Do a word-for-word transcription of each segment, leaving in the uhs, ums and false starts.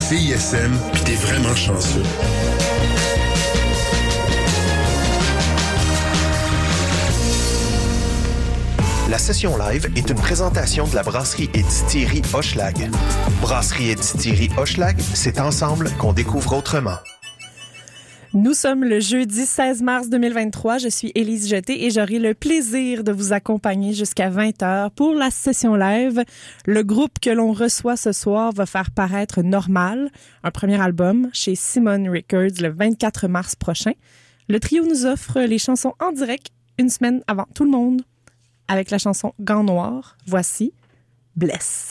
C I S M, puis t'es vraiment chanceux. La session live est une présentation de la brasserie et distillerie Hochelag. Brasserie et distillerie Hochelag, c'est ensemble qu'on découvre autrement. Nous sommes le jeudi seize mars deux mille vingt-trois. Je suis Élise Jeté et j'aurai le plaisir de vous accompagner jusqu'à vingt heures pour la session live. Le groupe que l'on reçoit ce soir va faire paraître Normal, un premier album chez Simon Records le vingt-quatre mars prochain. Le trio nous offre les chansons en direct une semaine avant tout le monde. Avec la chanson Gants Noirs, voici Bless.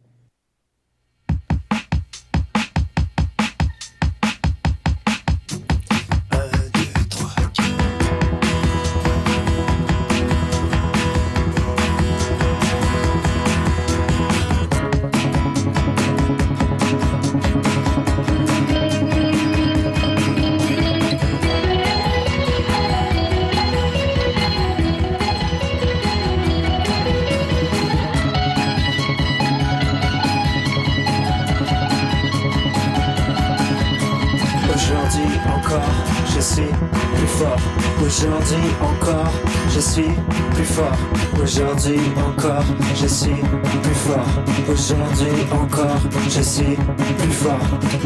Aujourd'hui encore, je suis plus fort. Aujourd'hui encore, je suis plus fort. Aujourd'hui encore, je suis plus fort.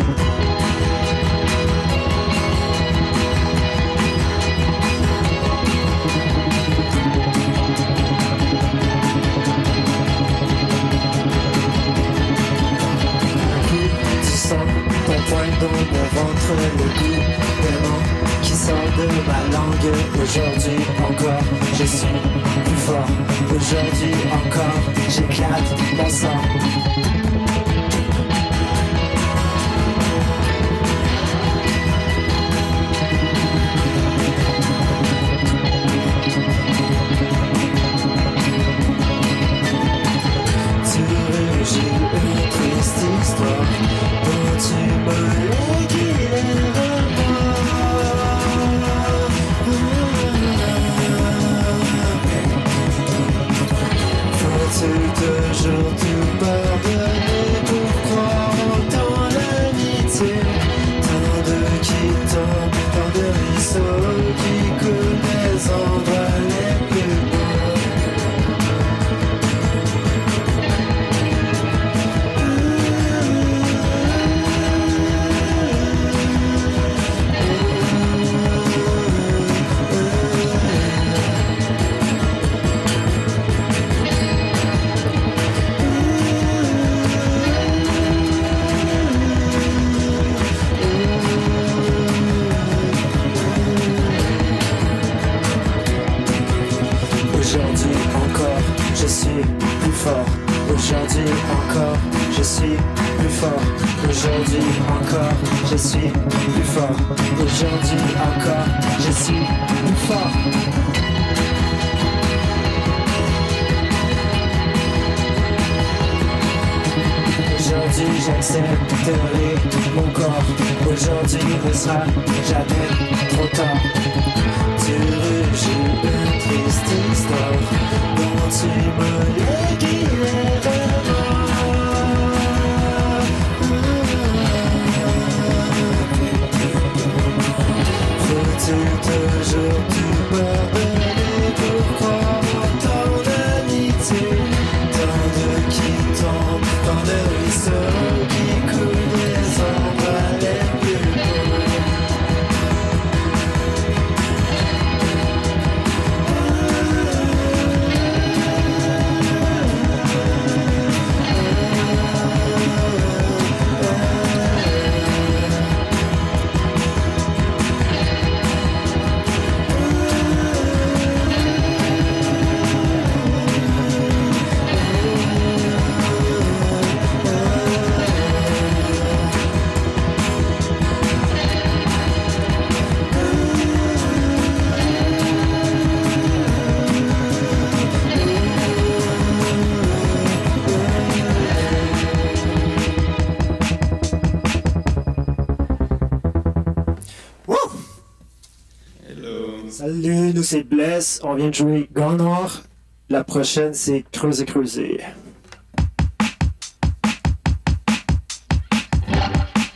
Tu sens ton poing dans mon ventre, le goût vraiment qui sort de ma langue. Aujourd'hui encore, je suis plus fort. Aujourd'hui encore, j'éclate mon sang. Tu veux, j'ai une triste histoire dont tu me l'éguilleras. Faut-il toujours tout pardonner pour croire dans l'amitié? Tant de qui tombent, tant de ruisseaux qui coulent des endroits les plus beaux. Aujourd'hui encore, je suis plus fort. Aujourd'hui encore, je suis plus fort. Aujourd'hui encore, je suis plus fort. Aujourd'hui encore, je suis plus fort. Aujourd'hui j'accepterai mon corps. Aujourd'hui ne sera jamais trop tard. Tu rejoues une triste histoire dont tu me l'éguilleras. Faut-il toujours tout pardonner pour croire en tant d'amitié? Tant de qui tombent, tant de ruisseaux qui coulent des endroits les plus beaux. Salut, nous c'est Bless, on vient de jouer Gants Noirs. La prochaine c'est Creuser Creuser.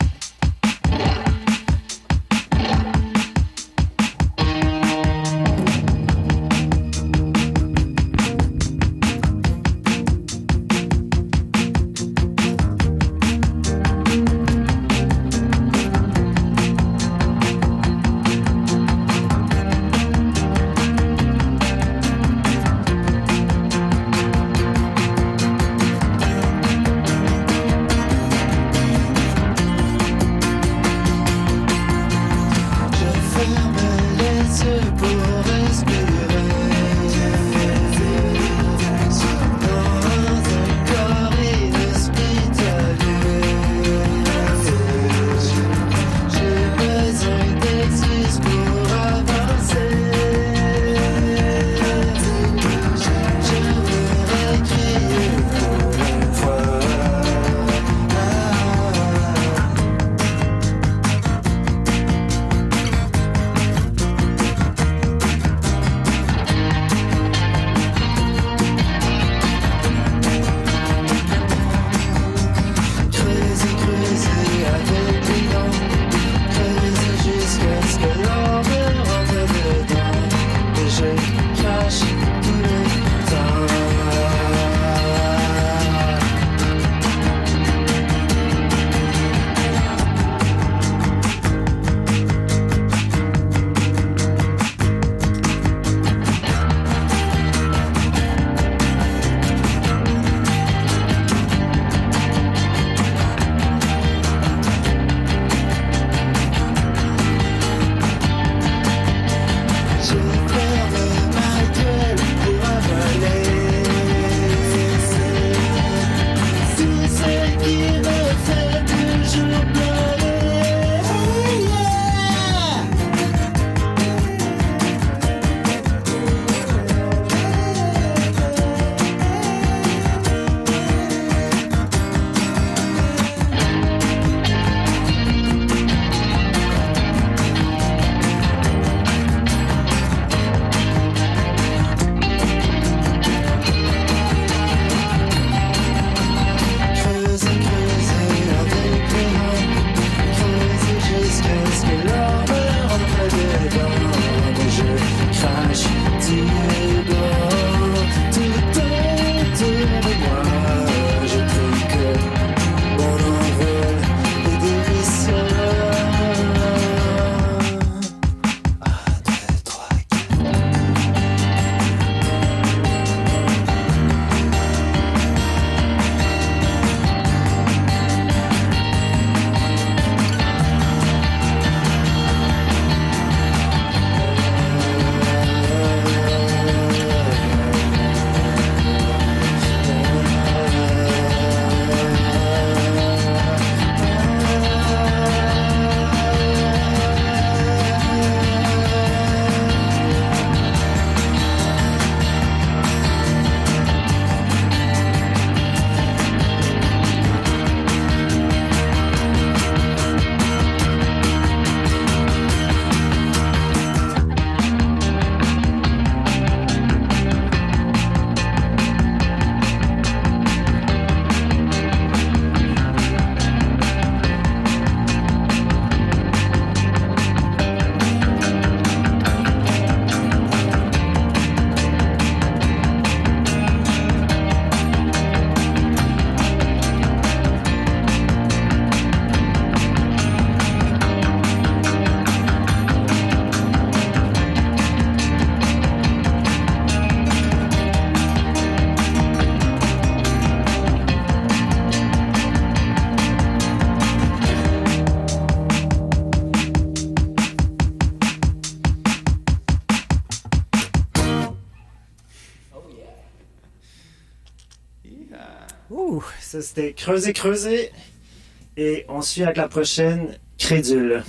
Ça, c'était Creuser, Creuser. Et on suit avec la prochaine, Crédule.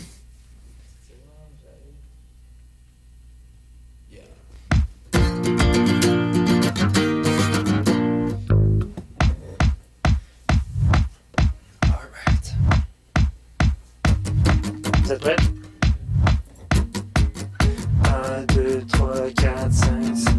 Alright. Vous êtes prêts? un, deux, trois, quatre, cinq, six.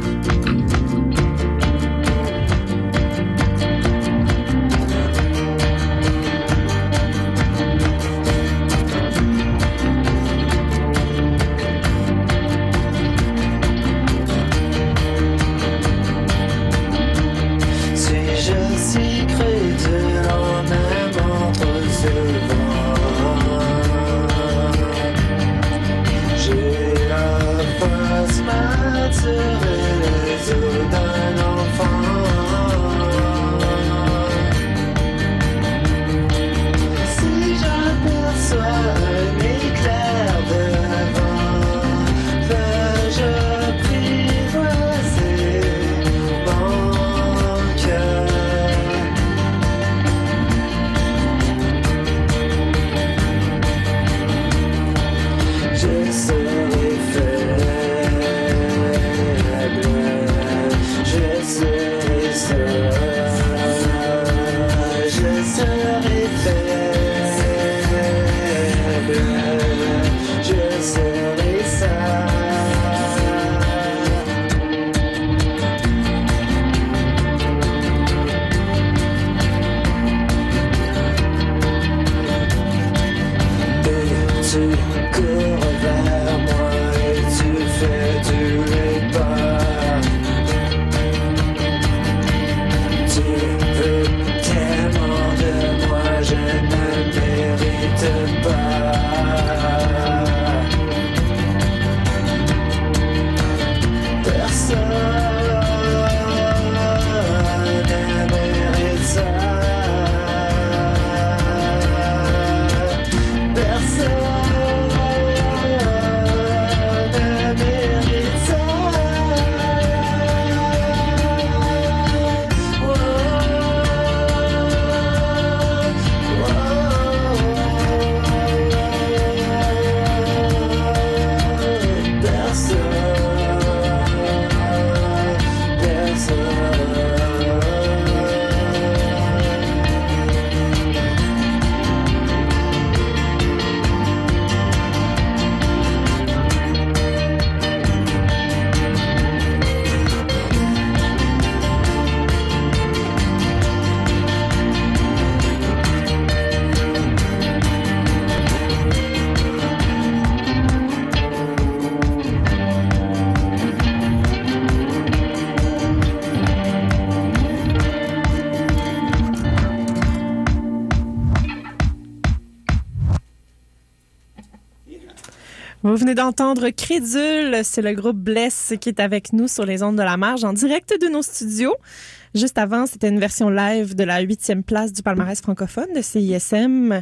Vous venez d'entendre Crédule, c'est le groupe Bless qui est avec nous sur les ondes de la marge en direct de nos studios. Juste avant, c'était une version live de la huitième place du palmarès francophone de C I S M.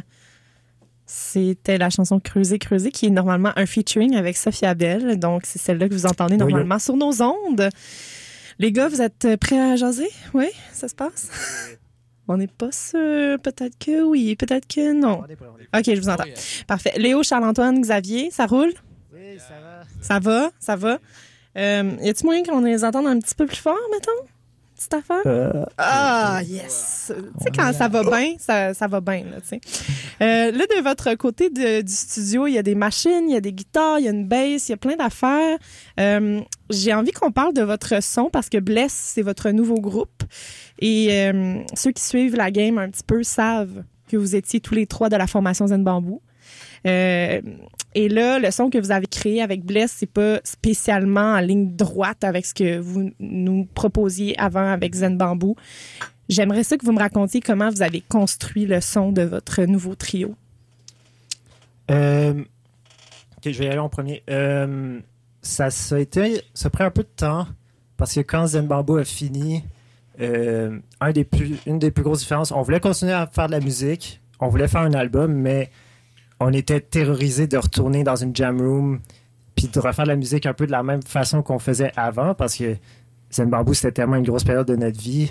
C'était la chanson Creuser, Creuser qui est normalement un featuring avec Sophia Bell. Donc, c'est celle-là que vous entendez normalement oui. sur nos ondes. Les gars, vous êtes prêts à jaser? Oui, ça se passe? On n'est pas sûr. Peut-être que oui, peut-être que non. OK, je vous entends. Parfait. Léo, Charles-Antoine, Xavier, ça roule? Oui, ça va. Ça va? Ça va? Euh, y a-t-il moyen qu'on les entende un petit peu plus fort, mettons? Petite affaire? Euh, ah, yes! Tu sais, quand ça va bien, ça, ça va bien, là, tu sais. Euh, là, de votre côté de, du studio, il y a des machines, il y a des guitares, il y a une bass, il y a plein d'affaires. Euh, j'ai envie qu'on parle de votre son parce que Bless, c'est votre nouveau groupe. Et euh, ceux qui suivent la game un petit peu savent que vous étiez tous les trois de la formation Zen Bamboo. Euh, et là, le son que vous avez créé avec Bless, c'est pas spécialement en ligne droite avec ce que vous nous proposiez avant avec Zen Bamboo. J'aimerais ça que vous me racontiez comment vous avez construit le son de votre nouveau trio. Euh, ok, je vais y aller en premier. Euh, ça, ça a été, ça a pris un peu de temps parce que quand Zen Bamboo a fini, euh, un des plus, une des plus grosses différences, on voulait continuer à faire de la musique, on voulait faire un album, mais on était terrorisés de retourner dans une jam room puis de refaire de la musique un peu de la même façon qu'on faisait avant parce que Zen Bamboo, c'était tellement une grosse période de notre vie.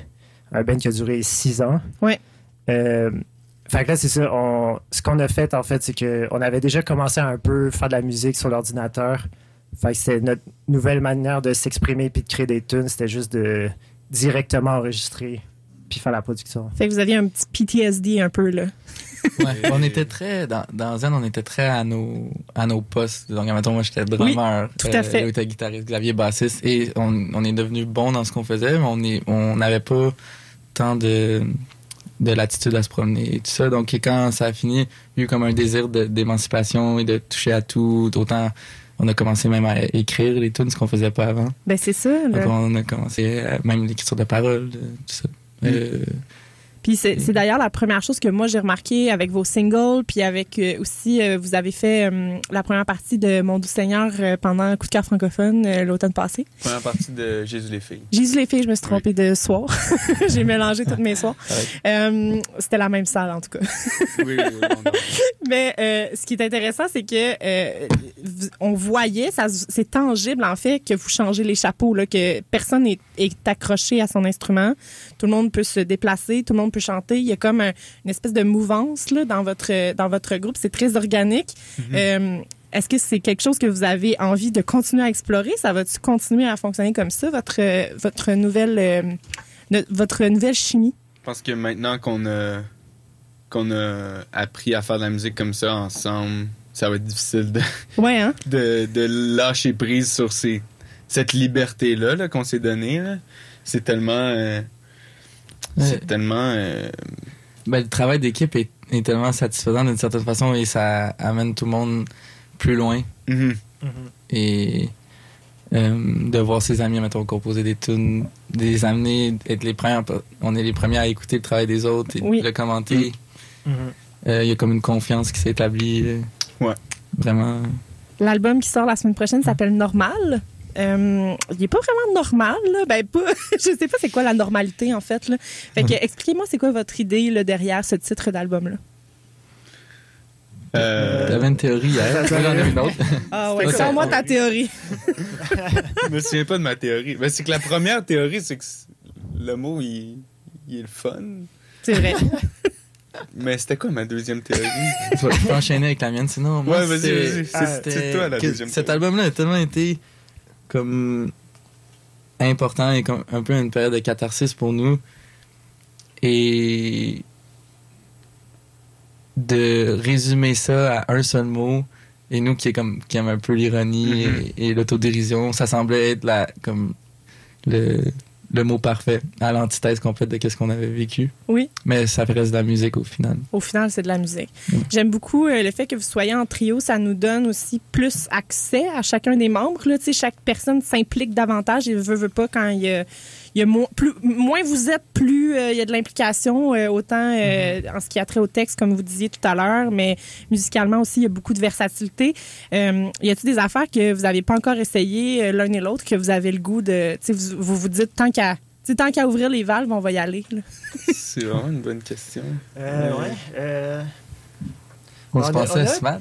un band qui a duré six ans. Ouais. Euh, fait que là, c'est ça. On, ce qu'on a fait, en fait, c'est qu'on avait déjà commencé à un peu faire de la musique sur l'ordinateur. Fait que c'était notre nouvelle manière de s'exprimer puis de créer des tunes. C'était juste de directement enregistrer puis faire la production. Fait que vous aviez un petit P T S D un peu, là. Ouais, on était très dans, dans Zen, on était très à nos à nos postes. Donc mettons, moi j'étais drummer, oui, tout à fait. Léo était guitariste, Xavier bassiste, et on, on est devenu bon dans ce qu'on faisait, mais on est on n'avait pas tant de de l'attitude à se promener et tout ça. Donc quand ça a fini, il y a eu comme un désir de, d'émancipation et de toucher à tout. Autant on a commencé même à écrire les tunes, ce qu'on faisait pas avant. Ben c'est ça. Là. Donc on a commencé à, même l'écriture de paroles, tout ça. Mm. Euh, Puis c'est, c'est d'ailleurs la première chose que moi j'ai remarqué avec vos singles, puis avec euh, aussi, euh, vous avez fait euh, la première partie de Mon Doux Seigneur euh, pendant Coup de cœur francophone euh, l'automne passé. Première partie de Jésus les filles. Jésus les filles, je me suis trompée oui. de soir. J'ai mélangé tous mes soirs. Euh, c'était la même salle en tout cas. oui, oui, non, non. Mais euh, ce qui est intéressant, c'est que euh, on voyait, ça, c'est tangible en fait que vous changez les chapeaux, là, que personne n'est est accroché à son instrument, tout le monde peut se déplacer, tout le monde peut chanter. Il y a comme un, une espèce de mouvance là, dans votre dans votre groupe. C'est très organique. Mm-hmm. Euh, est-ce que c'est quelque chose que vous avez envie de continuer à explorer? Ça va-tu continuer à fonctionner comme ça, votre votre nouvelle euh, votre nouvelle chimie? Je pense que maintenant qu'on a qu'on a appris à faire de la musique comme ça ensemble, ça va être difficile de ouais, hein? de, de lâcher prise sur ces, cette liberté-là là, qu'on s'est donnée. Là. C'est tellement... Euh, c'est ouais. tellement... Euh... Ben, le travail d'équipe est, est tellement satisfaisant d'une certaine façon et ça amène tout le monde plus loin. Mm-hmm. Mm-hmm. Et euh, de voir ses amis, mettons, composer des tunes, de les amener, être les premiers, on est les premiers à écouter le travail des autres et oui. le commenter. Il mm-hmm. euh, y a comme une confiance qui s'est établie. Ouais. Vraiment. L'album qui sort la semaine prochaine s'appelle Normal. Euh, il est pas vraiment normal, là. Ben, pas, je sais pas c'est quoi la normalité, en fait, là. Fait que, expliquez-moi, c'est quoi votre idée, là, derrière ce titre d'album-là? Euh... T'avais une théorie hier, j'en ai une autre. Ah ouais, sors-moi ta théorie. Je me souviens pas de ma théorie. Ben, c'est que la première théorie, c'est que le mot, il, il est le fun. C'est vrai. Mais c'était quoi ma deuxième théorie? Je vais enchaîner avec la mienne, sinon... Moi, ouais, vas-y, vas-y. C'est, c'est toi, la deuxième théorie. Cet album-là a tellement été... comme important et comme un peu une période de catharsis pour nous et de résumer ça à un seul mot et nous qui est comme qui aime un peu l'ironie mm-hmm. et, et l'autodérision, ça semblait être la comme le le mot parfait, à l'antithèse complète de ce qu'on avait vécu. Oui. Mais ça reste de la musique au final. Au final, c'est de la musique. Mm. J'aime beaucoup euh, le fait que vous soyez en trio. Ça nous donne aussi plus accès à chacun des membres. Là. Chaque personne s'implique davantage et veut, veut pas quand il y a, il y a mo- plus, moins vous êtes, plus euh, il y a de l'implication, euh, autant euh, mm-hmm. en ce qui a trait au texte, comme vous disiez tout à l'heure, mais musicalement aussi, il y a beaucoup de versatilité. Euh, y a-t-il des affaires que vous n'avez pas encore essayées euh, l'un et l'autre, que vous avez le goût de... Vous, vous vous dites, tant qu'à tant qu'à ouvrir les valves, on va y aller. Là. C'est vraiment une bonne question. Euh, ouais. Euh... On, on se pensait à Smat.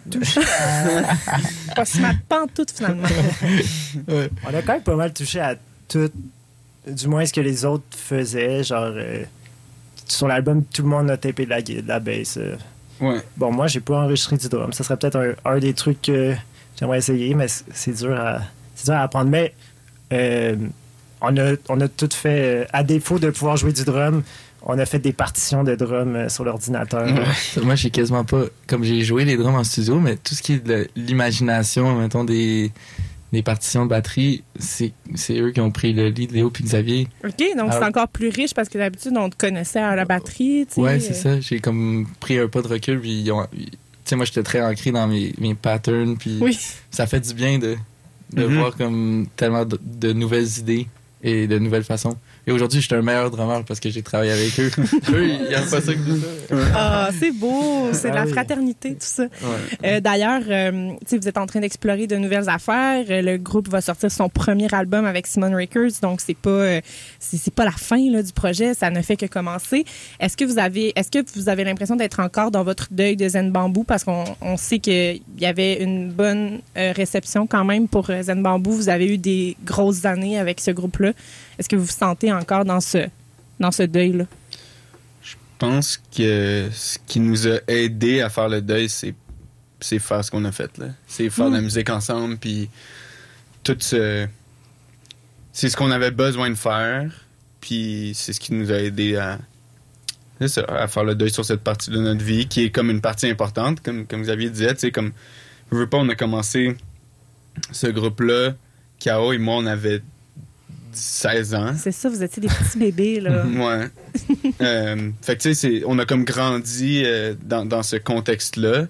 À... Pas Smat, pas en tout, finalement. Ouais. On a quand même pas mal touché à tout, du moins ce que les autres faisaient. Genre, euh, sur l'album, tout le monde a tapé de la, de la bass. Euh. Ouais. Bon, moi, j'ai pas enregistré du drum. Ça serait peut-être un, un des trucs que j'aimerais essayer, mais c'est dur à, c'est dur à apprendre. Mais... Euh, On a, on a tout fait, à défaut de pouvoir jouer du drum, on a fait des partitions de drum sur l'ordinateur. Ouais. Moi, j'ai quasiment pas... Comme j'ai joué les drums en studio, mais tout ce qui est de l'imagination, mettons, des, des partitions de batterie, c'est, c'est eux qui ont pris le lead, Léo puis Xavier. OK, donc alors, c'est encore plus riche parce que d'habitude, on te connaissait à la batterie, tu sais. Ouais, c'est ça. J'ai comme pris un pas de recul, puis ils ont... Tu sais, moi, j'étais très ancré dans mes, mes patterns, puis oui. ça fait du bien de, de mm-hmm. voir comme tellement de, de nouvelles idées et de nouvelles façons. Et aujourd'hui, je suis un meilleur drummer parce que j'ai travaillé avec eux. Eux, ils n'aiment pas ça que ça. Ah, c'est beau! C'est de la fraternité, tout ça. Ouais. Euh, d'ailleurs, euh, vous êtes en train d'explorer de nouvelles affaires. Le groupe va sortir son premier album avec Simon Records, donc c'est pas, euh, c'est, c'est pas la fin là, du projet. Ça ne fait que commencer. Est-ce que vous avez, est-ce que vous avez l'impression d'être encore dans votre deuil de Zen Bamboo? Parce qu'on on sait qu'il y avait une bonne euh, réception quand même pour euh, Zen Bamboo. Vous avez eu des grosses années avec ce groupe-là. Est-ce que vous vous sentez encore dans ce dans ce deuil-là? Je pense que ce qui nous a aidé à faire le deuil, c'est, c'est faire ce qu'on a fait, là. C'est faire Mm. de la musique ensemble, puis tout ce... C'est ce qu'on avait besoin de faire, puis c'est ce qui nous a aidé à... C'est ça, à faire le deuil sur cette partie de notre vie, qui est comme une partie importante, comme, comme Xavier disait, tu sais, comme... Je veux pas, on a commencé ce groupe-là, K O et moi, on avait seize ans. C'est ça, vous étiez des petits bébés, là. Ouais. euh, fait que tu sais, c'est- on a comme grandi euh, dans, dans ce contexte-là.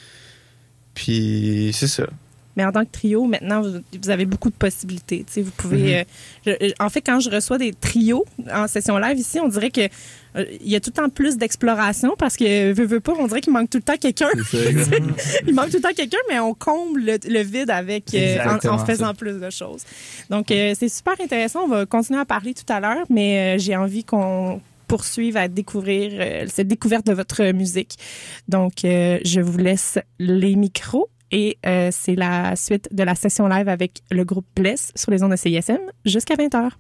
Puis c'est ça. Mais en tant que trio, maintenant, vous, vous avez beaucoup de possibilités. Tu sais, vous pouvez. Mm-hmm. euh, je- en fait, quand je reçois des trios en session live ici, on dirait que euh, il y a tout le temps plus d'exploration parce que veux, veux pas, on dirait qu'il manque tout le temps quelqu'un. C'est ça, exactement. Il manque tout le temps quelqu'un, mais on comble le, le vide avec euh, en, Exactement en faisant ça. plus de choses. Donc, euh, c'est super intéressant. On va continuer à parler tout à l'heure, mais euh, j'ai envie qu'on poursuive à découvrir euh, cette découverte de votre musique. Donc, euh, je vous laisse les micros. Et euh, c'est la suite de la session live avec le groupe Bless sur les ondes de C I S M jusqu'à vingt heures.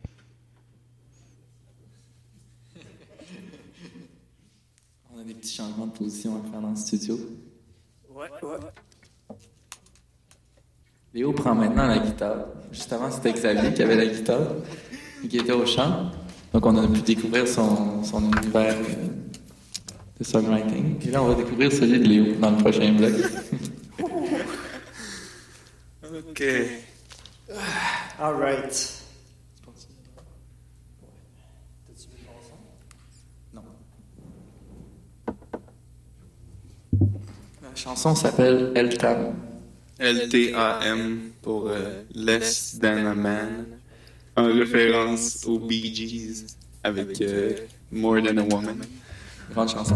On a des petits changements de position à faire dans le studio. Ouais, ouais. Léo prend maintenant la guitare. Juste avant, c'était Xavier qui avait la guitare et qui était au chant. Donc, on a pu découvrir son, son univers euh, de songwriting. Et là, on va découvrir celui de Léo dans le prochain bloc. OK. All right. Non. La chanson s'appelle El Tam. L T A M pour euh, Less Than a Man. En référence aux Bee Gees avec euh, More Than a Woman. Grande chanson.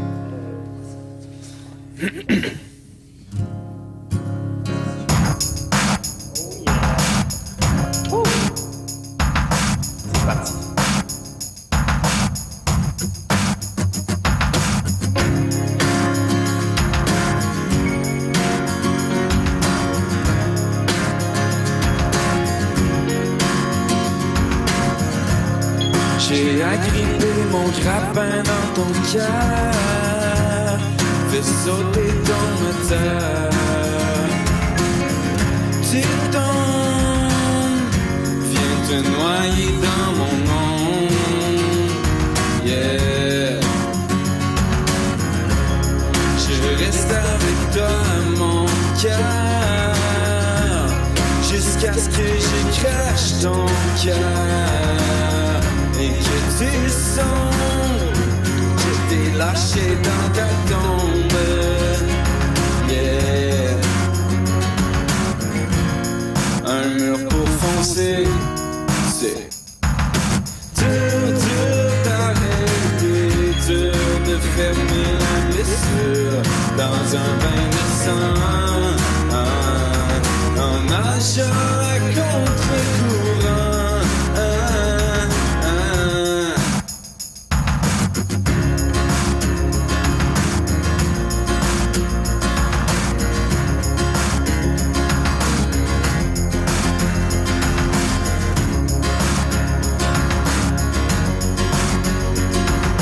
C'est parti. J'ai agrippé mon grappin dans ton cœur, fais sauter ton moteur. Tu tombes, viens te noyer dans mon monde. Yeah. Je reste avec toi, mon cœur, jusqu'à ce que je crache ton cœur. Et que tu sens, je t'ai lâché dans ta tombe. Yeah. Un mur pour foncer, c'est dur, dur d'arrêter, dur de fermer la blessure dans un bain de sang. Ah, en nageant à contre-courant.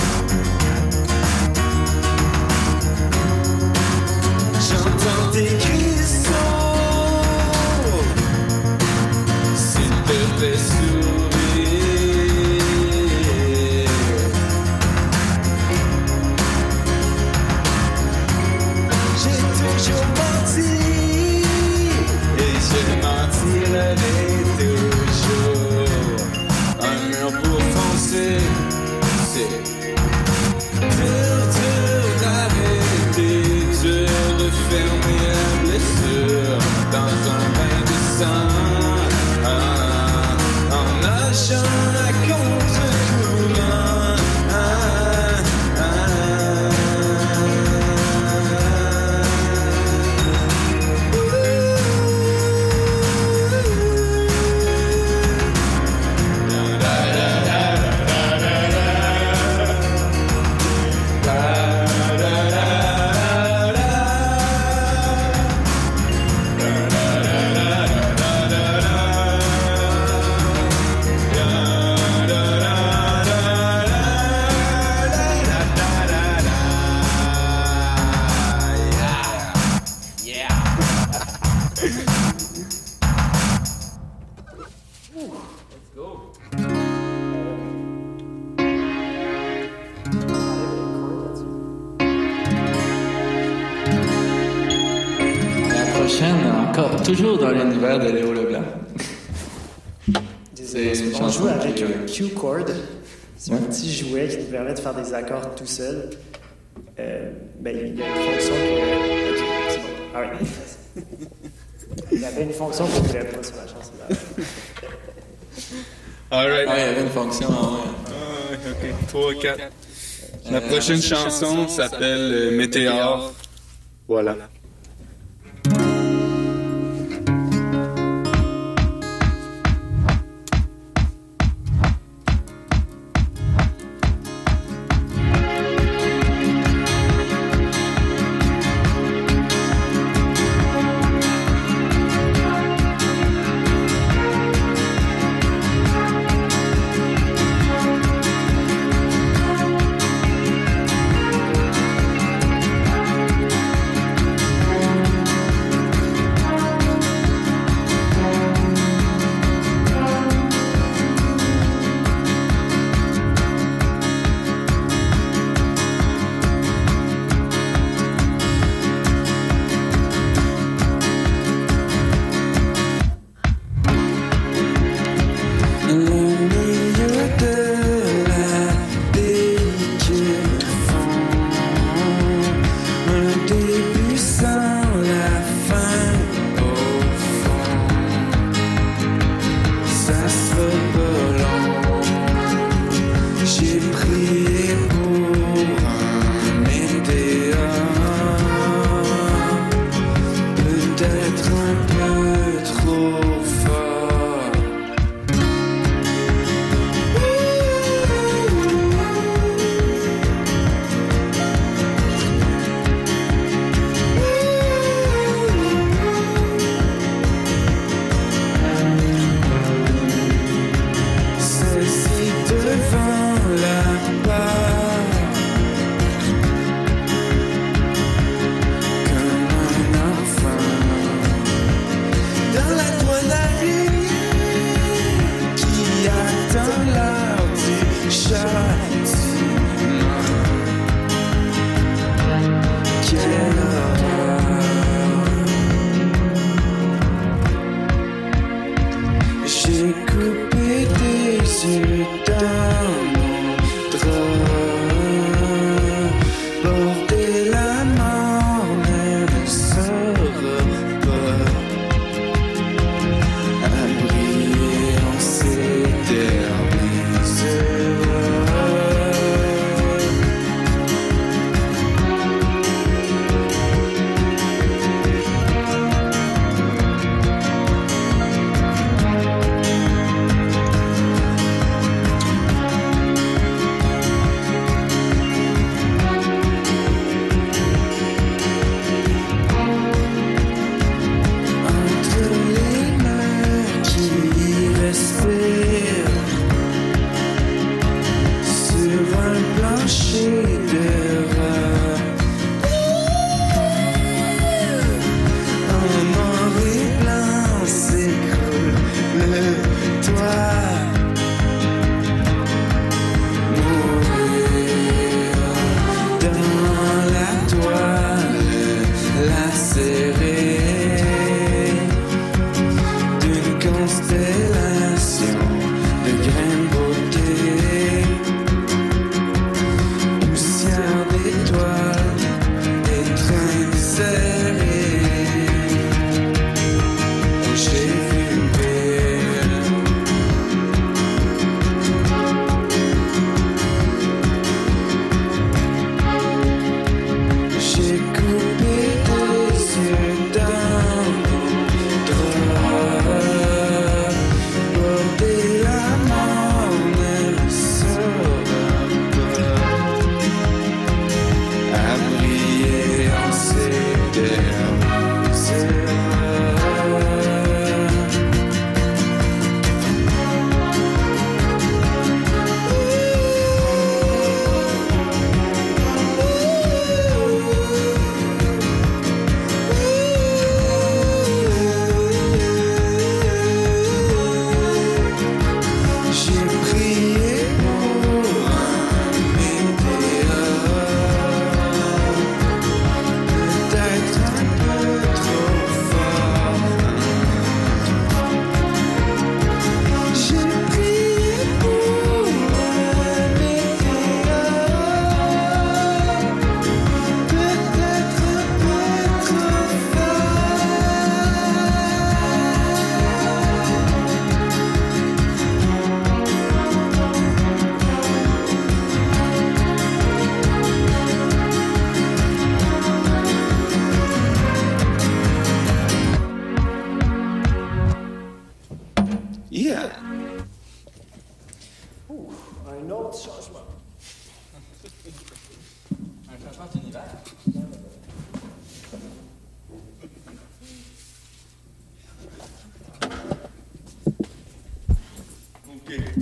J'entends tes cris prochaine, encore, toujours dans l'univers de Léo Leblanc. Désolé, C'est une on chanson joue avec qui- un Q-chord. C'est Ouais. un petit jouet qui nous permet de faire des accords tout seul. Euh, ben, il y a une fonction que... Ok, c'est bon. Ah oui. Il y avait une fonction qu'on ne voulait pas sur la chanson. Alright. Ah, il y avait une fonction, ah ouais. Ah, ok, trois, quatre. La prochaine chanson s'appelle euh, Météore. Voilà. Météore,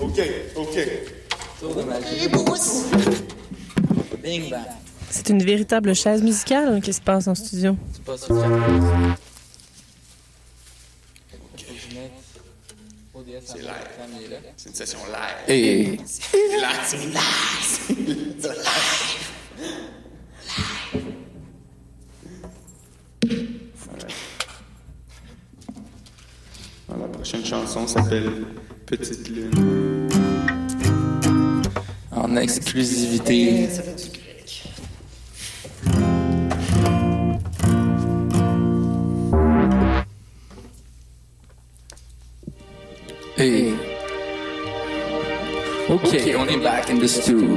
OK, OK. Tour de magie. Bing bang. C'est une véritable chaise musicale qui se passe en studio. C'est pas sur le capot. C'est live. C'est une session live. Et C'est live, c'est live. C'est live. La prochaine chanson s'appelle Petite Lune. en exclusivité. Ça fait du grec. Hey. Okay, on est back in the stew.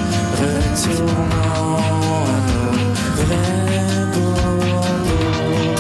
Retournons à nos vrais boulots.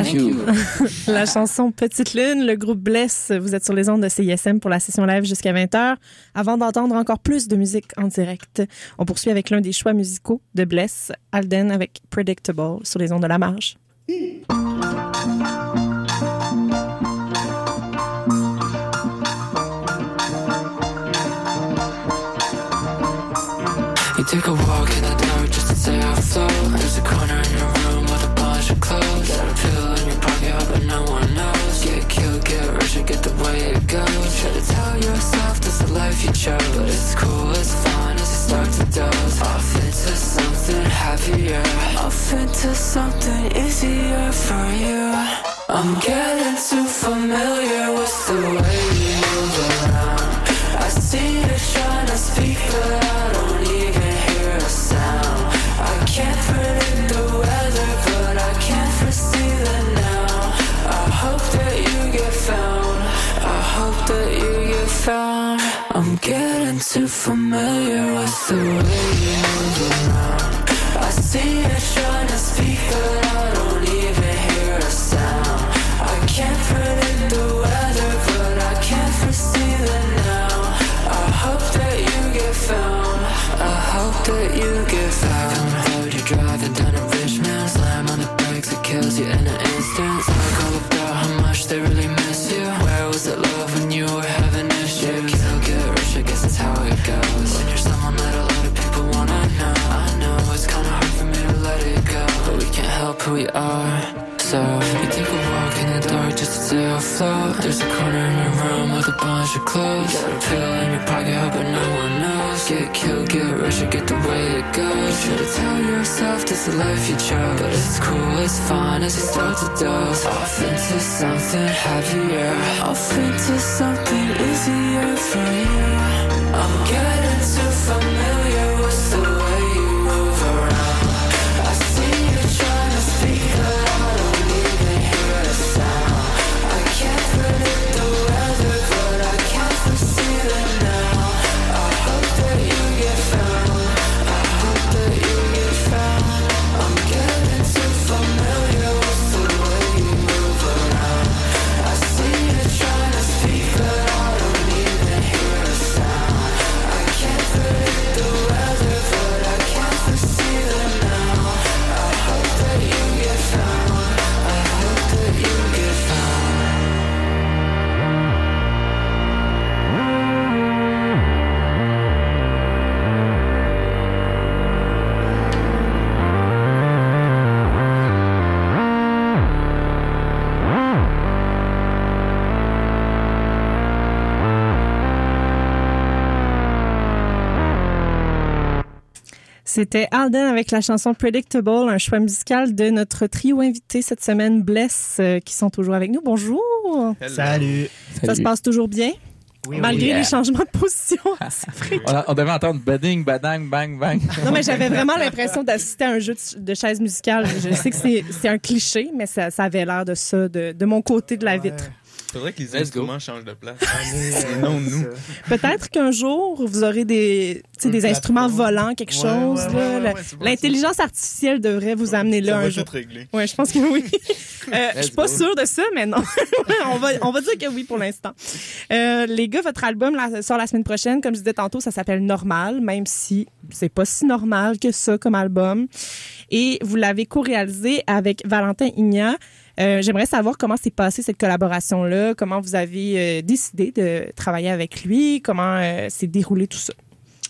Thank you. La chanson Petite Lune, le groupe Bless, vous êtes sur les ondes de C I S M pour la session live jusqu'à vingt heures. Avant d'entendre encore plus de musique en direct, on poursuit avec l'un des choix musicaux de Bless, Alden avec Predictable sur les ondes de la marge. You take a walk in the dark just to stay afloat. There's a corner in your room with a bunch of clothes. Got a pill in your pocket, but no one knows. Get killed, get rich, or get the way it goes. Try to tell yourself this is the life you chose, but it's cool, it's fun as you start to doze off into something happier, off into something easier for you. I'm getting too familiar with the way you move around. I see you trying to speak, but I don't even hear a sound. I can't predict the weather, but I can't foresee the now. I hope that you get found. I hope that you get found. I'm getting too familiar with the way you move around. I see you trying to speak, but I don't even hear a sound. I can't predict the weather, but I can't foresee the now. I hope that you get found. I hope that you get found. On the road you're driving down a rich man's slam on the brakes, it kills you in an instant. Talk all about how much they really miss you. Where was it love when you were having issues? Kill, get rich, I guess that's how it goes. When you're someone that a lot of people wanna know. I know it's kinda hard for me to let it go, but we can't help who we are. So you take a walk in the dark just to stay afloat. There's a corner in your room with a bunch of clothes. Got a pill in your pocket, but no one knows. Get killed, get rich, or get the way it goes. Try to tell yourself this is the life you chose, but it's cool, it's fun as you start to doze off into something happier, off into something easier for you. I'm getting too familiar with the way you move around. I see you trying to speak, but I don't even hear a sound. I can't predict the weather, but I can't foresee the now. I hope that you get found. I hope that you get found. I'm getting too familiar with the way you move around. I see you trying to speak, but I don't even hear a sound. I can't predict the weather, but I can't foresee the now. I hope that you get found. I hope that you get found. C'était Alden avec la chanson Predictable, un choix musical de notre trio invité cette semaine, Bless, euh, qui sont toujours avec nous. Bonjour! Hello. Salut. Ça se passe toujours bien? Oui, Malgré oui. les changements de position. C'est vrai. On, a- on devait entendre bading, badang, bang, bang. Non, mais j'avais vraiment l'impression d'assister à un jeu de, de chaise musicale. Je sais que c'est, c'est un cliché, mais ça, ça avait l'air de ça, de, de mon côté de la vitre. Faudrait que les Let's go. instruments changent de place. On est, C'est euh, non, nous. ça. Peut-être qu'un jour, vous aurez des, tu sais, des Un instruments plateau. volants, quelque Ouais, chose. ouais, là. ouais, Le- ouais, c'est bon, L'intelligence artificielle devrait vous amener là Ça un va jour. tout régler. Ouais, je pense que oui. Euh, je suis pas go. sûre de ça, mais non. on va, on va dire que oui pour l'instant. Euh, les gars, votre album là, sort la semaine prochaine. Comme je disais tantôt, ça s'appelle Normal, même si c'est pas si normal que ça comme album. Et vous l'avez co-réalisé avec Valentin Ignat. Euh, j'aimerais savoir comment s'est passée cette collaboration-là, comment vous avez euh, décidé de travailler avec lui, comment euh, s'est déroulé tout ça.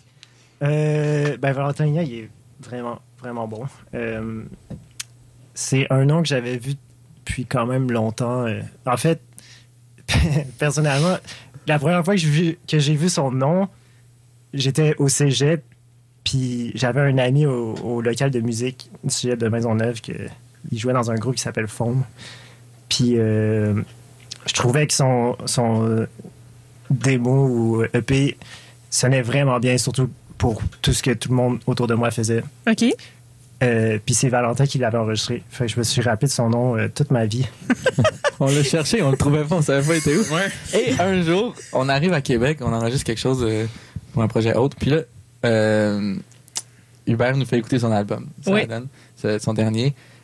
Euh, ben, Valentin Ignat, il est vraiment, vraiment bon. Euh, c'est un nom que j'avais vu depuis quand même longtemps. Euh, en fait, personnellement, la première fois que j'ai vu, que j'ai vu son nom, j'étais au cégep, puis j'avais un ami au, au local de musique du cégep de Maisonneuve que il jouait dans un groupe qui s'appelle Foam. Puis euh, je trouvais que son, son euh, démo ou E P sonnait vraiment bien, surtout pour tout ce que tout le monde autour de moi faisait. OK. Euh, puis c'est Valentin qui l'avait enregistré. Fait que je me suis rappelé de son nom euh, toute ma vie. On l'a cherché, on le trouvait pas, on savait pas il était où. Ouais. Et un jour, on arrive à Québec, on enregistre quelque chose euh, pour un projet autre. Puis là, euh, Hubert nous fait écouter son album. Ça Oui. donne, c'est son dernier.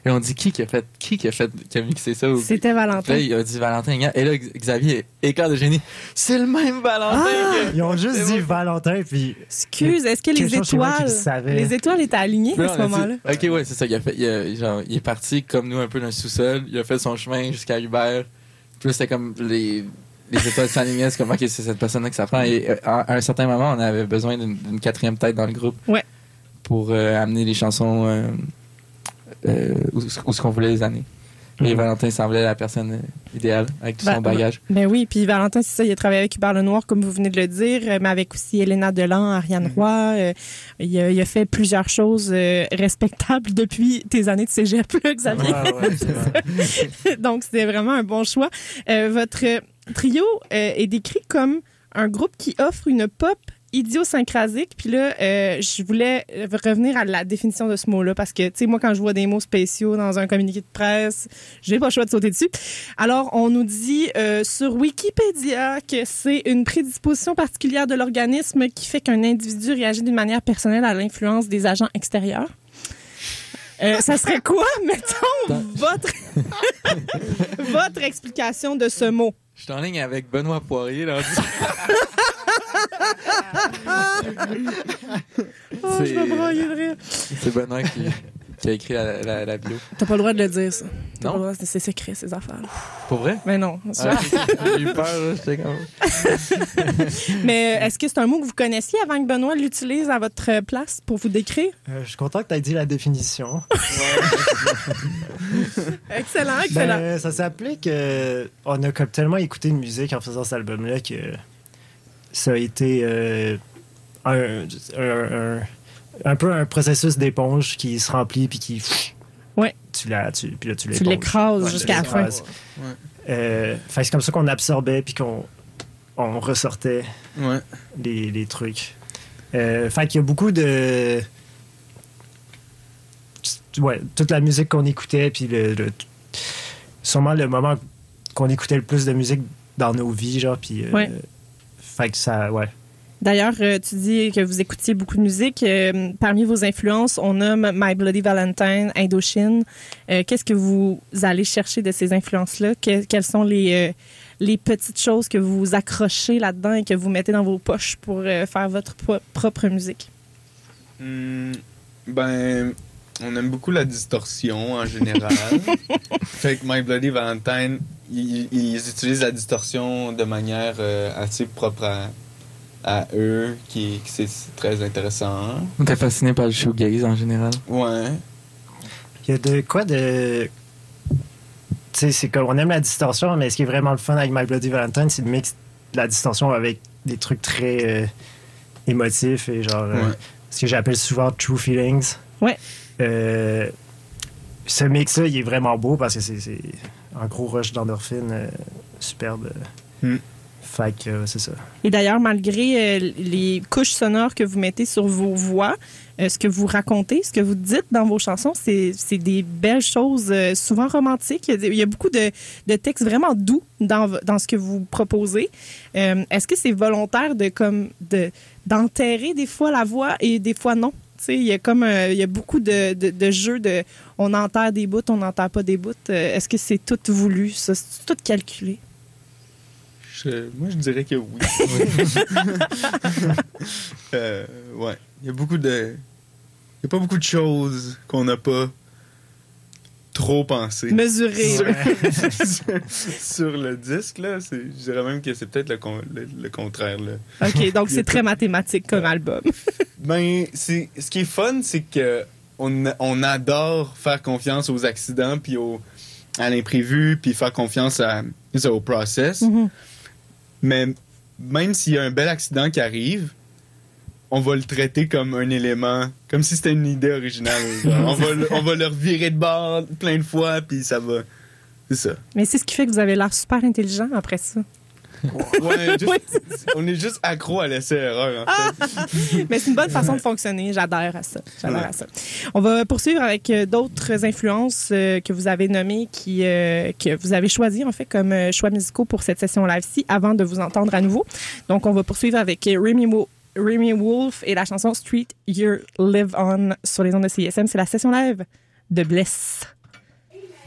Et on dit qui qui a fait, qui qui a fait, qui a mixé ça? Ou... C'était Valentin. Là, il a dit Valentin. Et là, Xavier, écart de génie. C'est le même Valentin. Ah! que- Ils ont juste C'est dit moi. Valentin, puis Excuse, est-ce que les quelque chose chez moi qui étoiles, le savait. les étoiles étaient alignées Là, à ce on a dit- moment-là? Ok, ouais, c'est ça. Il, a fait, il, a- genre, il est parti comme nous un peu dans le sous-sol. Il a fait son chemin jusqu'à Hubert. Puis là, c'était comme les, les étoiles s'alignaient. C'est comme, ok, c'est cette personne-là que ça prend. Et euh, à, à un certain moment, on avait besoin d'une, d'une quatrième tête dans le groupe. Ouais. Pour euh, amener les chansons euh, euh, où, où ce qu'on voulait les amener. Et Mhm. Valentin semblait la personne euh, idéale avec tout Ben, son bagage. Ben oui, puis Valentin, c'est ça, il a travaillé avec Hubert Lenoir, comme vous venez de le dire, euh, mais avec aussi Elena Delan, Ariane Roy. euh, il, a, il a fait plusieurs choses euh, respectables depuis tes années de cégep, là, Xavier. Ouais, ouais, c'est vrai. Donc, c'était vraiment un bon choix. Euh, votre trio euh, est décrit comme un groupe qui offre une pop idiosyncrasique. Puis là, euh, je voulais revenir à la définition de ce mot-là parce que, tu sais, moi, quand je vois des mots spéciaux dans un communiqué de presse, j'ai pas le choix de sauter dessus. Alors, on nous dit euh, sur Wikipédia que c'est une prédisposition particulière de l'organisme qui fait qu'un individu réagit d'une manière personnelle à l'influence des agents extérieurs. Euh, ça serait quoi, mettons, votre, votre explication de ce mot? Je suis en ligne avec Benoît Poirier. Là, Oh, je vais brailler de rire. c'est Benoît qui, qui a écrit la, la, la bio. T'as pas le droit de le dire, ça. T'as Non? pas le droit, c'est c'est secret, ces affaires-là. Pour vrai? Mais non. Ah, j'ai eu peur, là, j'étais comme... Mais est-ce que c'est un mot que vous connaissiez avant que Benoît l'utilise à votre place pour vous décrire? Euh, je suis content que tu aies dit la définition. Excellent, excellent. Ben, ça s'applique que on a comme tellement écouté de musique en faisant cet album-là que ça a été euh, un, un, un, un peu un processus d'éponge qui se remplit puis qui Ouais. tu la tu puis là tu Tu l'éponges. l'écrases Ouais, jusqu'à la tu fin. l'écrases. Euh, fait que c'est comme ça qu'on absorbait puis qu'on on ressortait Ouais. les, les trucs. Euh, fait qu'il y a beaucoup de ouais, toute la musique qu'on écoutait puis le, le sûrement le moment qu'on écoutait le plus de musique dans nos vies genre puis euh, Ouais. fait que ça ouais. D'ailleurs, euh, tu dis que vous écoutiez beaucoup de musique. Euh, parmi vos influences, on nomme My Bloody Valentine, Indochine. Euh, Qu'est-ce que vous allez chercher de ces influences-là? Que- quelles sont les, euh, les petites choses que vous accrochez là-dedans et que vous mettez dans vos poches pour euh, faire votre pro- propre musique? Hmm, ben, on aime beaucoup la distorsion en général. Fait que My Bloody Valentine, ils, ils utilisent la distorsion de manière euh, assez propre à, à eux, qui, qui c'est c'est très intéressant. On était fasciné par le shoegaze en général. Ouais. Il y a de quoi de tu sais c'est comme on aime la distorsion mais ce qui est vraiment le fun avec My Bloody Valentine c'est de mixer la distorsion avec des trucs très euh, émotifs et genre euh, Ouais. ce que j'appelle souvent True Feelings. Ouais. Euh, ce mix-là, il est vraiment beau parce que c'est, c'est un gros rush d'endorphine euh, superbe. Mm. Fait que euh, c'est ça. Et d'ailleurs, malgré euh, les couches sonores que vous mettez sur vos voix, euh, ce que vous racontez, ce que vous dites dans vos chansons, c'est, c'est des belles choses, euh, souvent romantiques. Il y a, des- il y a beaucoup de, de textes vraiment doux dans, v- dans ce que vous proposez. Euh, est-ce que c'est volontaire de, comme, de, d'enterrer des fois la voix et des fois non? Tu sais, il y a comme euh, il y a beaucoup de, de, de jeux de on enterre des bouts, on n'enterre pas des bouts. Euh, est-ce que c'est tout voulu, ça? C'est tout calculé? Je- moi, je dirais que oui. euh, ouais. Il y a beaucoup de. Il y a pas beaucoup de choses qu'on n'a pas trop pensé. Mesuré. Sur, ouais. sur le disque, là, c'est- je dirais même que c'est peut-être le, con- le, le contraire. Là. OK, donc c'est très mathématique comme album. Ben, c'est, ce qui est fun, c'est que on, on adore faire confiance aux accidents, puis au, à l'imprévu, puis faire confiance à, ça, au process. Mhm. Mais même s'il y a un bel accident qui arrive, on va le traiter comme un élément, comme si c'était une idée originale. Genre, on, va le, on va le revirer de bord plein de fois, puis ça va. C'est ça. Mais c'est ce qui fait que vous avez l'air super intelligent après ça. Ouais, juste- Oui, on est juste accro à l'essai-erreur, en fait. Mais c'est une bonne façon de fonctionner. J'adhère à ça. J'adhère Ouais. à ça. On va poursuivre avec euh, d'autres influences euh, que vous avez nommées, qui, euh, que vous avez choisies en fait comme euh, choix musicaux pour cette session live-ci avant de vous entendre à nouveau. Donc, on va poursuivre avec euh, Remy, Wo- Remy Wolf et la chanson Street You Live On sur les ondes de C I S M. C'est la session live de Bless.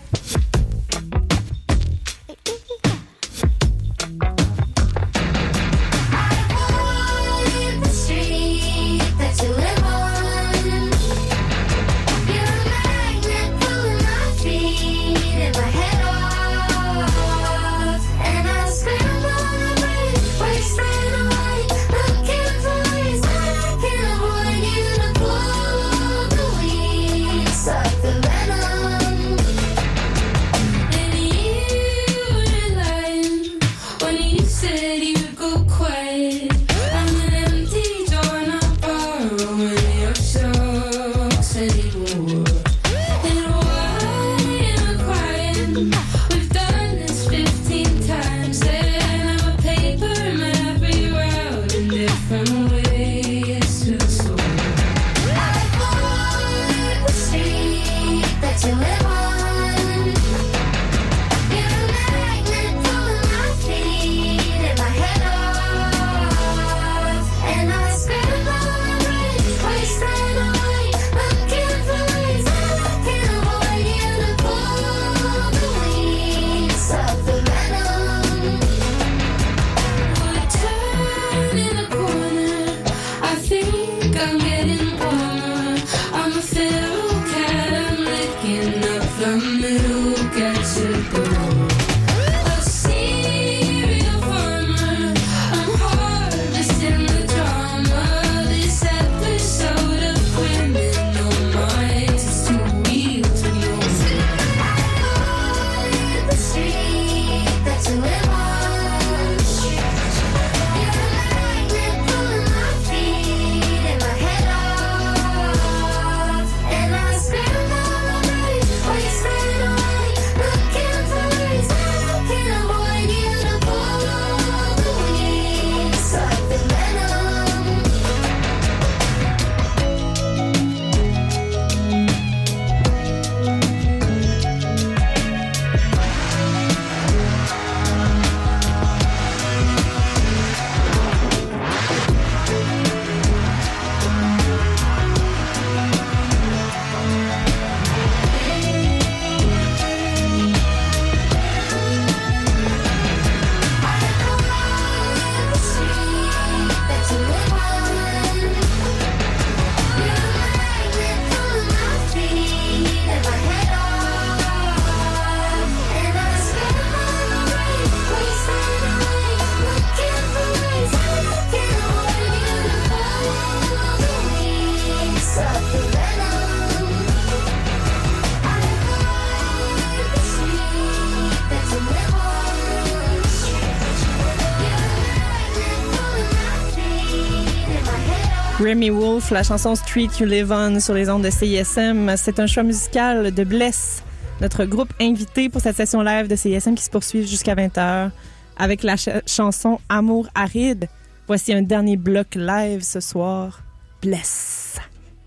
Remy Wolf, la chanson Street You Live On sur les ondes de C I S M. C'est un choix musical de Bless, notre groupe invité pour cette session live de C I S M qui se poursuit jusqu'à vingt heures avec la ch- chanson Amour aride. Voici un dernier bloc live ce soir. Bless.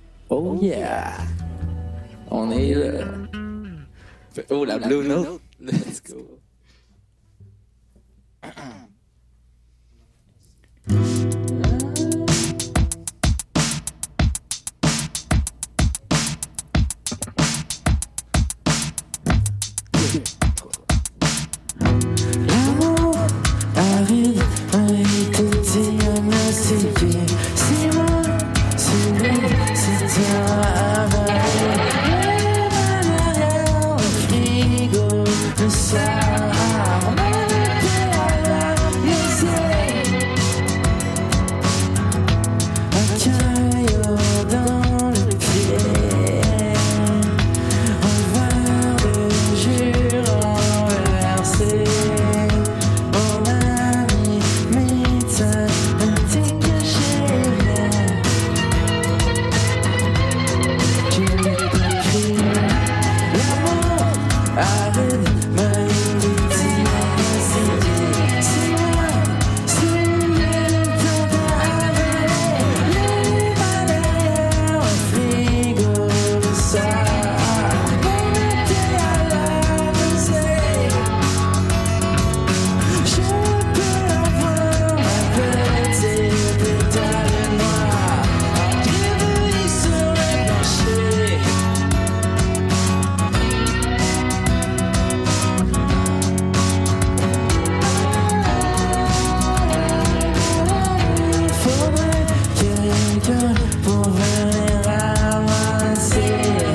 Oh yeah! On est là. Oh, la blue note. Let's go. L'amour arrive à écouter, à m'essayer. C'est moi, c'est lui, c'est toi à avaler. Le frigo, le soir, on était à la gueule pour venir avancer.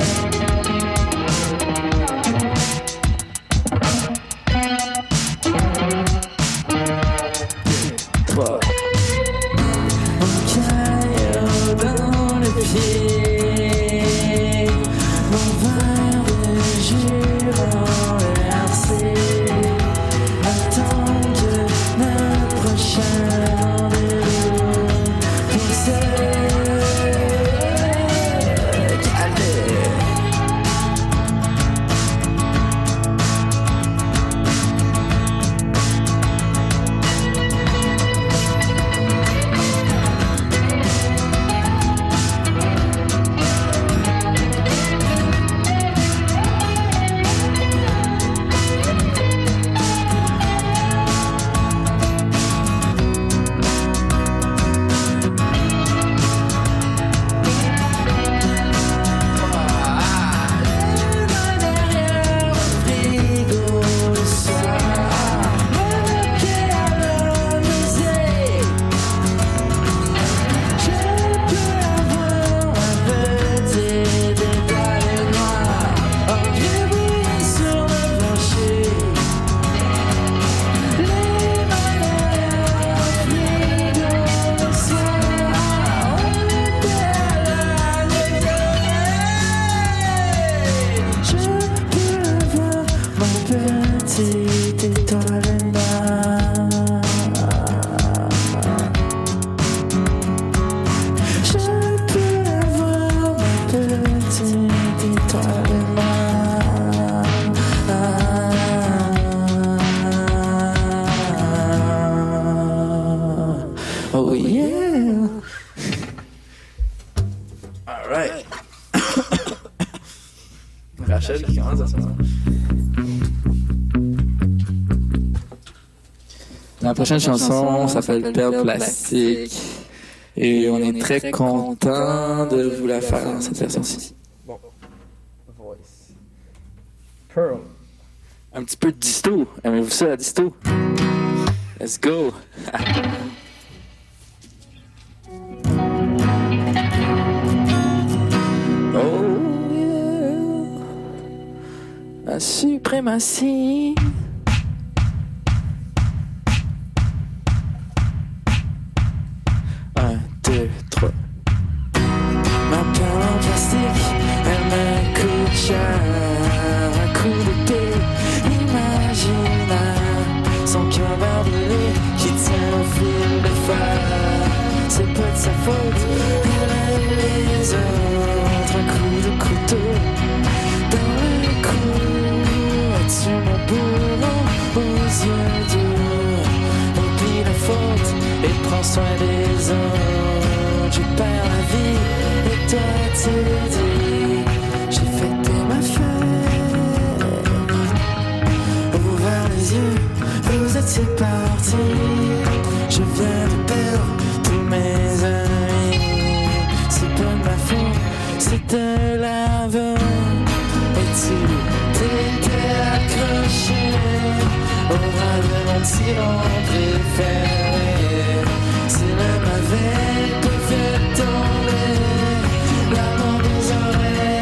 Wow. Mon caillou dans le pied, mon verre de jus renversé. Attends de notre prochain rendez-vous pour se calmer. Petite étoile noire, je peux avoir ma petite étoile noire. Oh yeah. All right. Rachel qui commence à se faire. La prochaine chanson s'appelle Perle Plastique et on est très content de vous la faire dans cette version-ci. Bon. Voice. Pearl. Un petit peu de disto. Aimez-vous ça, la disto? Let's go! Oh yeah! La suprématie. Un, deux, trois. Ma perle en plastique, elle me coûte cher. Un coup d'épée imaginaire. Son cœur barbelé qui tient au fil de fer. C'est pas de sa faute, elle aime les autres. Un coup de couteau dans le cou. Es-tu mon bourreau aux yeux durs? Oublie la faute et prends soin des autres. Je perds la vie et toi tu dis j'ai fêté ma fête. Ouvert les yeux, vous étiez partis. Je viens de perdre tous mes amis. C'est pas de ma faute, c'est de la vôtre. Et tu t'étais accroché au ras de mon tyran préféré. Si le mauvais peut faire tomber, l'amour nous aurait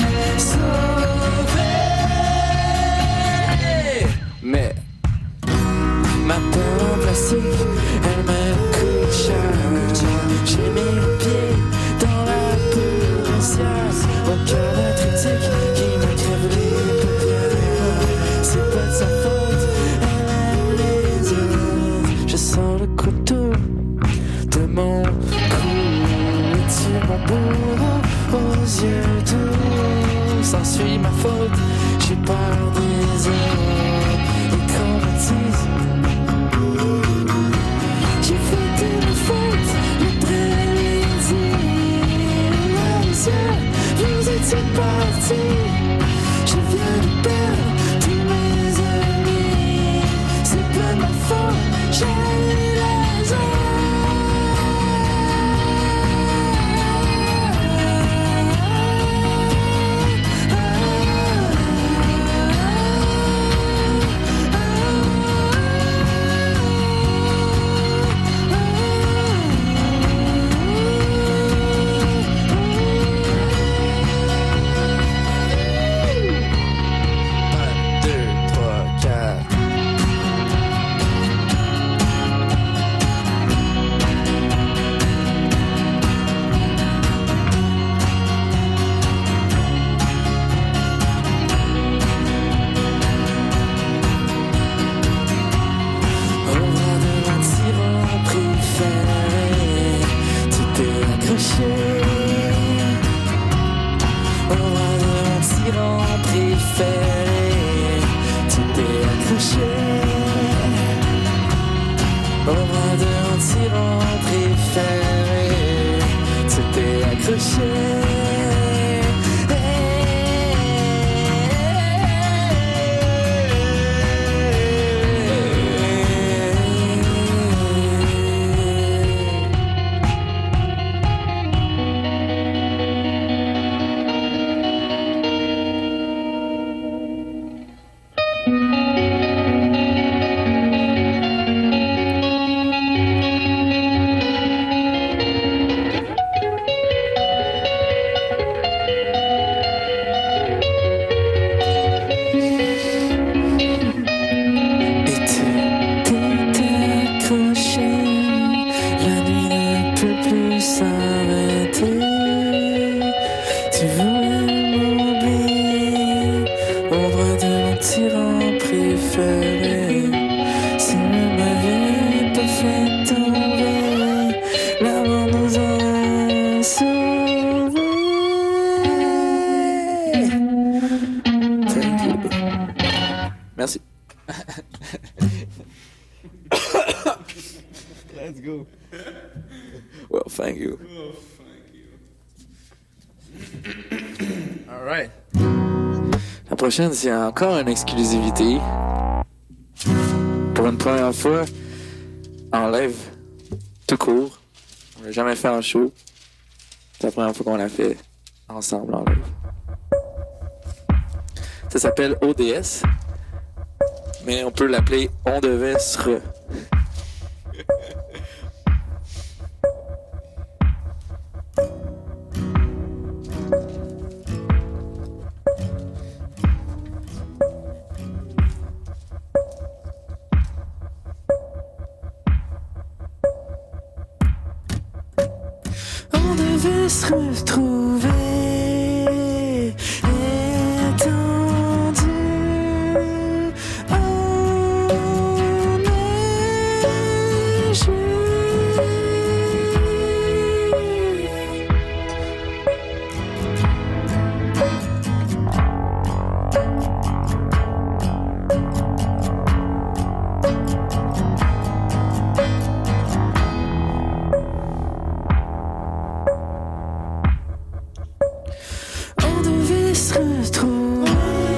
sauvés. Mais ma peau en plastique, elle me coûte cher. J'ai mis le pied dans la poussière. Mon cœur de critique qui me crève les paupières. C'est pas de sa faute, elle aime les autres. Je sors le couteau de mon cou. Es-tu mon bourreau aux yeux doux? S'ensuit ma faute, j'ai peur des autres. Et traumatise. J'ai fêté ma faute l'après-midi. Les yeux, vous étiez partis. Je viens de perdre tous mes amis. C'est pas de ma faute, j'ai les autres. accroché au bras de mon tyran préféré. Tu t'es accroché au bras de mon tyran préféré. Tu t'es accroché. Merci. Let's go. Well, thank you. All right. La prochaine, c'est encore une exclusivité. Pour une première fois, en live, tout court. On l'a jamais fait en show. C'est la première fois qu'on l'a fait ensemble en live. Ça s'appelle O D S, mais on peut l'appeler On devait se re. On devait se retrouver étendus en neige. On devait se retrouver.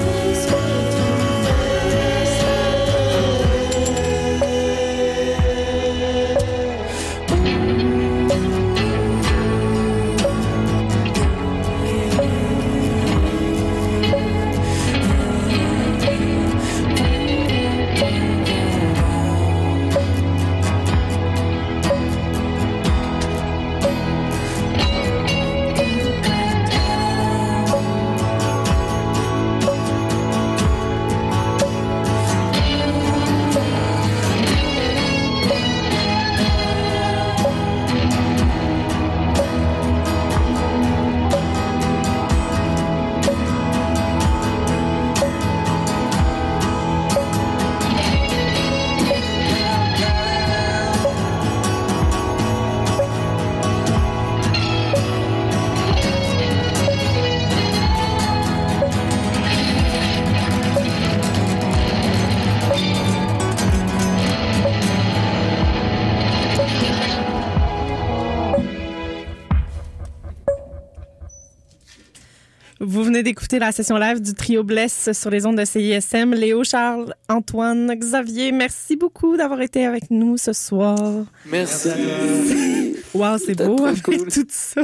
Vous venez d'écouter la session live du trio Bless sur les ondes de C I S M. Léo, Charles, Antoine, Xavier, merci beaucoup d'avoir été avec nous ce soir. Merci. Wow, c'est C'était beau très avec cool. tout ça.